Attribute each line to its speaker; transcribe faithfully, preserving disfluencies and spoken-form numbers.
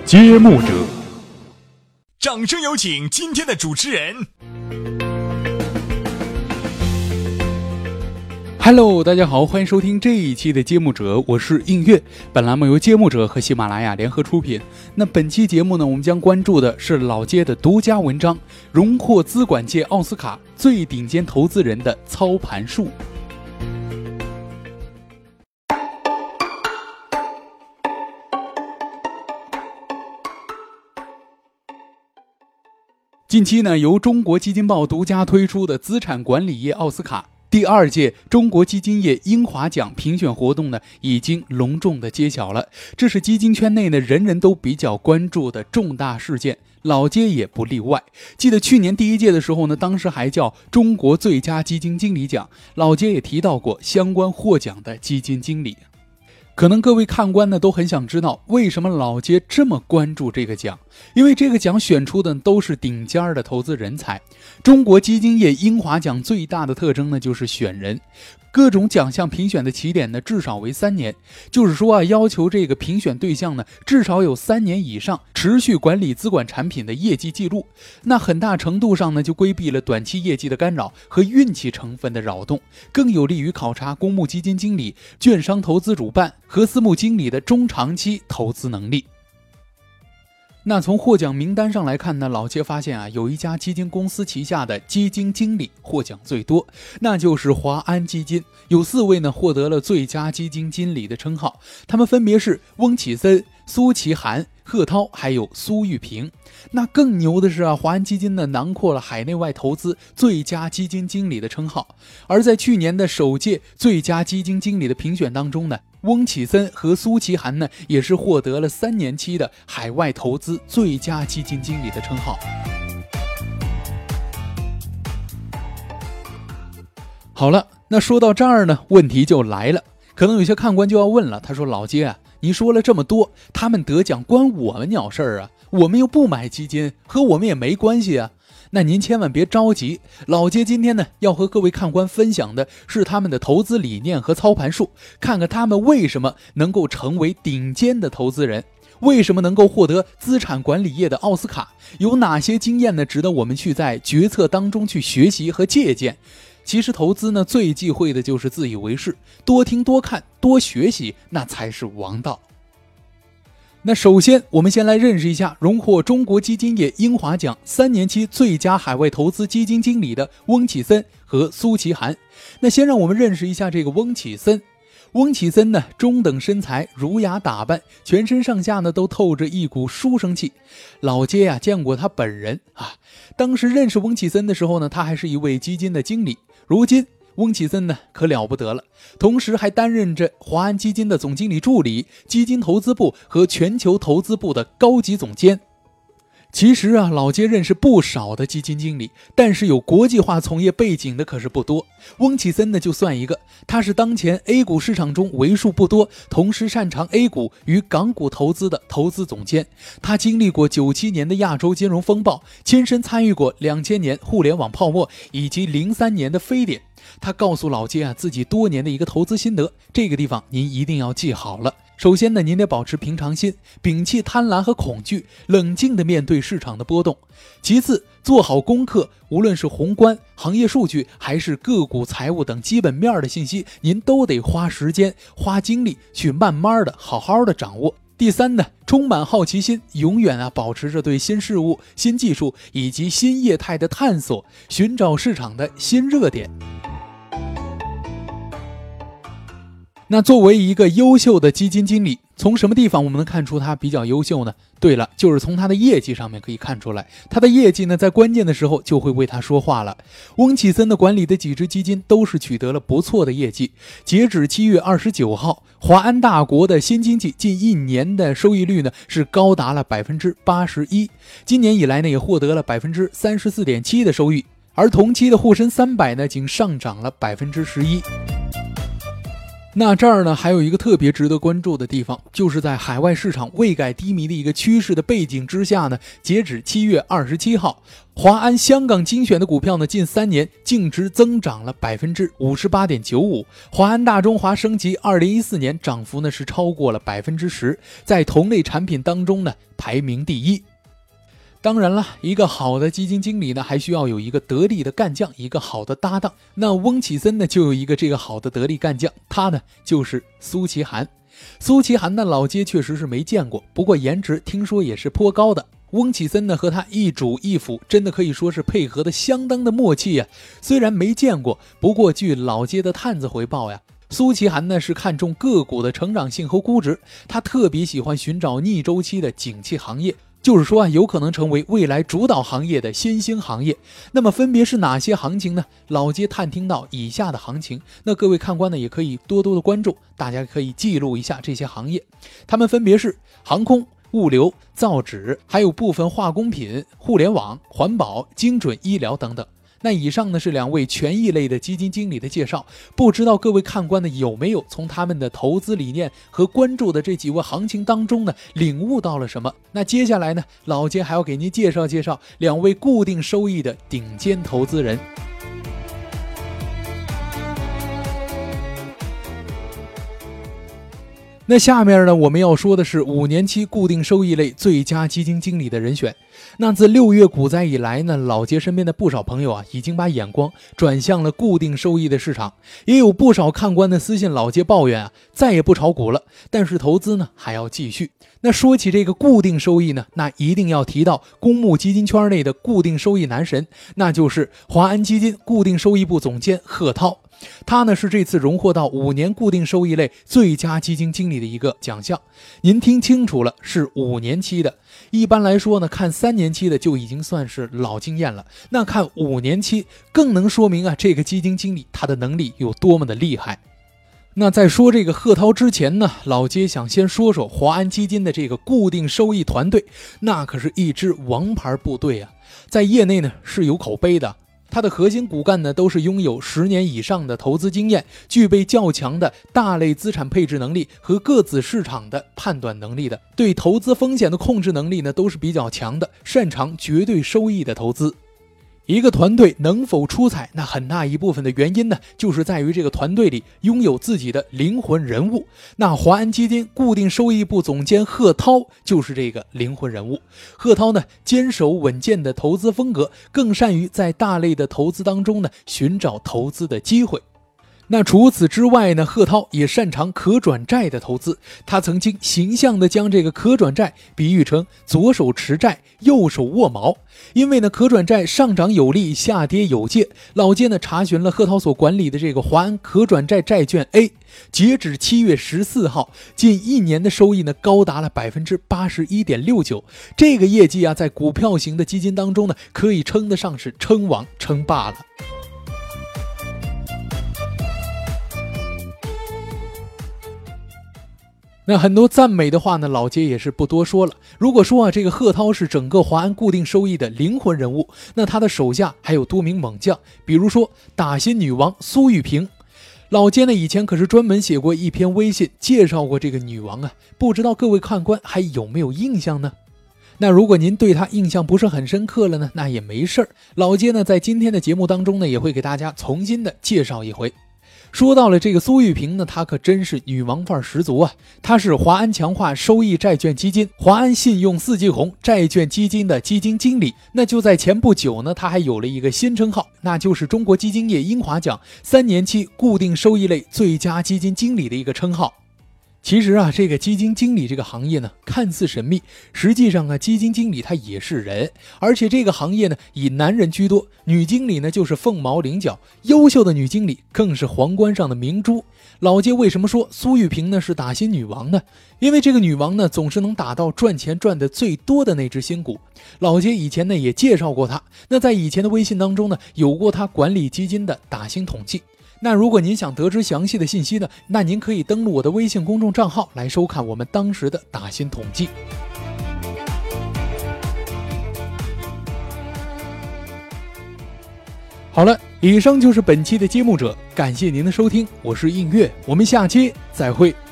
Speaker 1: 揭幕者。
Speaker 2: 掌声有请今天的主持人。
Speaker 1: Hello， 大家好，欢迎收听这一期的揭幕者，我是映月。本栏目由揭幕者和喜马拉雅联合出品。那本期节目呢，我们将关注的是老街的独家文章，荣获资管界奥斯卡最顶尖投资人的操盘术。近期呢，由中国基金报独家推出的资产管理业奥斯卡第二届中国基金业英华奖评选活动呢，已经隆重的揭晓了。这是基金圈内呢人人都比较关注的重大事件，老街也不例外。记得去年第一届的时候呢，当时还叫中国最佳基金经理奖，老街也提到过相关获奖的基金经理。可能各位看官呢都很想知道，为什么老街这么关注这个奖？因为这个奖选出的都是顶尖的投资人才。中国基金业英华奖最大的特征呢就是选人，各种奖项评选的起点呢至少为三年，就是说啊，要求这个评选对象呢至少有三年以上持续管理资管产品的业绩记录。那很大程度上呢就规避了短期业绩的干扰和运气成分的扰动，更有利于考察公募基金经理、券商投资主办和私募经理的中长期投资能力。那从获奖名单上来看呢，老街发现啊，有一家基金公司旗下的基金经理获奖最多，那就是华安基金，有四位呢获得了最佳基金经理的称号，他们分别是翁启森、苏其涵、贺涛还有苏玉平。那更牛的是啊，华安基金呢囊括了海内外投资最佳基金经理的称号，而在去年的首届最佳基金经理的评选当中呢，翁启森和苏其涵呢也是获得了三年期的海外投资最佳基金经理的称号。好了，那说到这儿呢，问题就来了，可能有些看官就要问了，他说老街啊，你说了这么多，他们得奖关我们鸟事儿啊，我们又不买基金，和我们也没关系啊。那您千万别着急，老街今天呢要和各位看官分享的是他们的投资理念和操盘术，看看他们为什么能够成为顶尖的投资人，为什么能够获得资产管理业的奥斯卡，有哪些经验呢值得我们去在决策当中去学习和借鉴。其实投资呢最忌讳的就是自以为是，多听多看多学习，那才是王道。那首先我们先来认识一下荣获中国基金业英华奖三年期最佳海外投资基金经理的翁启森和苏其涵。那先让我们认识一下这个翁启森。翁启森呢，中等身材，儒雅打扮，全身上下呢都透着一股书生气。老街啊见过他本人啊，当时认识翁启森的时候呢，他还是一位基金的经理。如今翁启森呢可了不得了，同时还担任着华安基金的总经理助理、基金投资部和全球投资部的高级总监。其实啊，老街认识不少的基金经理，但是有国际化从业背景的可是不多。翁启森呢就算一个，他是当前 A 股市场中为数不多同时擅长 A 股与港股投资的投资总监。他经历过九七年的亚洲金融风暴，亲身参与过两千年互联网泡沫以及零三年的非典。他告诉老街啊自己多年的一个投资心得，这个地方您一定要记好了。首先呢，您得保持平常心，摒弃贪婪和恐惧，冷静地面对市场的波动。其次，做好功课，无论是宏观、行业数据，还是个股、财务等基本面的信息，您都得花时间、花精力去慢慢的、好好的掌握。第三呢，充满好奇心，永远啊保持着对新事物、新技术以及新业态的探索，寻找市场的新热点。那作为一个优秀的基金经理，从什么地方我们能看出他比较优秀呢？对了，就是从他的业绩上面可以看出来，他的业绩呢在关键的时候就会为他说话了。翁启森的管理的几只基金都是取得了不错的业绩，截止七月二十九号，华安大国的新经济近一年的收益率呢是高达了百分之八十一，今年以来呢也获得了百分之三十四点七的收益，而同期的沪深三百呢仅上涨了百分之十一。 那这儿呢，还有一个特别值得关注的地方，就是在海外市场未改低迷的一个趋势的背景之下呢，截止七月二十七号，华安香港精选的股票呢，近三年净值增长了 百分之五十八点九五， 华安大中华升级二零一四年涨幅呢是超过了 百分之十， 在同类产品当中呢排名第一。当然了，一个好的基金经理呢，还需要有一个得力的干将，一个好的搭档。那翁启森呢，就有一个这个好的得力干将，他呢就是苏其涵。苏其涵的老街确实是没见过，不过颜值听说也是颇高的。翁启森呢和他一主一辅，真的可以说是配合的相当的默契呀。虽然没见过，不过据老街的探子回报呀，苏其涵呢是看重个股的成长性和估值，他特别喜欢寻找逆周期的景气行业。就是说啊，有可能成为未来主导行业的新兴行业。那么分别是哪些行情呢？老街探听到以下的行情，那各位看官呢也可以多多的关注，大家可以记录一下这些行业。它们分别是航空、物流、造纸，还有部分化工品、互联网、环保、精准医疗等等。那以上呢是两位权益类的基金经理的介绍，不知道各位看官呢有没有从他们的投资理念和关注的这几位行情当中呢领悟到了什么？那接下来呢，老街还要给您介绍介绍两位固定收益的顶尖投资人。那下面呢，我们要说的是五年期固定收益类最佳基金经理的人选。那自六月股灾以来呢，老街身边的不少朋友啊，已经把眼光转向了固定收益的市场，也有不少看官的私信老街抱怨啊，再也不炒股了，但是投资呢还要继续。那说起这个固定收益呢，那一定要提到公募基金圈内的固定收益男神，那就是华安基金固定收益部总监贺涛。他呢是这次荣获到五年固定收益类最佳基金经理的一个奖项。您听清楚了，是五年期的。一般来说呢，看三年期的就已经算是老经验了，那看五年期更能说明啊这个基金经理他的能力有多么的厉害。那在说这个贺涛之前呢，老街想先说说华安基金的这个固定收益团队，那可是一支王牌部队啊，在业内呢是有口碑的。它的核心骨干呢，都是拥有十年以上的投资经验，具备较强的大类资产配置能力和个子市场的判断能力的，对投资风险的控制能力呢，都是比较强的，擅长绝对收益的投资。一个团队能否出彩，那很大一部分的原因呢，就是在于这个团队里拥有自己的灵魂人物。那华安基金固定收益部总监贺涛就是这个灵魂人物。贺涛呢，坚守稳健的投资风格，更善于在大类的投资当中呢，寻找投资的机会。那除此之外呢，贺涛也擅长可转债的投资。他曾经形象地将这个可转债比喻成左手持债，右手握毛。因为呢，可转债上涨有利，下跌有借。老街呢查询了贺涛所管理的这个华安可转债债券 A， 截止七月十四号，近一年的收益呢高达了 百分之八十一点六九。这个业绩啊，在股票型的基金当中呢，可以称得上是称王称霸了。那很多赞美的话呢，老街也是不多说了。如果说啊，这个贺涛是整个华安固定收益的灵魂人物，那他的手下还有多名猛将，比如说打新女王苏玉萍。老街呢以前可是专门写过一篇微信介绍过这个女王啊，不知道各位看官还有没有印象呢？那如果您对她印象不是很深刻了呢，那也没事儿。老街呢在今天的节目当中呢，也会给大家重新的介绍一回。说到了这个苏玉萍呢，她可真是女王范儿十足啊！她是华安强化收益债券基金、华安信用四季红债券基金的基金经理。那就在前不久呢，她还有了一个新称号，那就是中国基金业英华奖三年期固定收益类最佳基金经理的一个称号。其实啊，这个基金经理这个行业呢，看似神秘，实际上啊，基金经理他也是人，而且这个行业呢，以男人居多，女经理呢就是凤毛麟角，优秀的女经理更是皇冠上的明珠。老街为什么说苏玉萍呢是打新女王呢？因为这个女王呢，总是能打到赚钱赚的最多的那只新股。老街以前呢也介绍过她，那在以前的微信当中呢，有过她管理基金的打新统计。那如果您想得知详细的信息呢，那您可以登录我的微信公众账号来收看我们当时的打新统计。好了， 以上就是本期的节目者，感谢您的收听，我是映月，我们下期再会。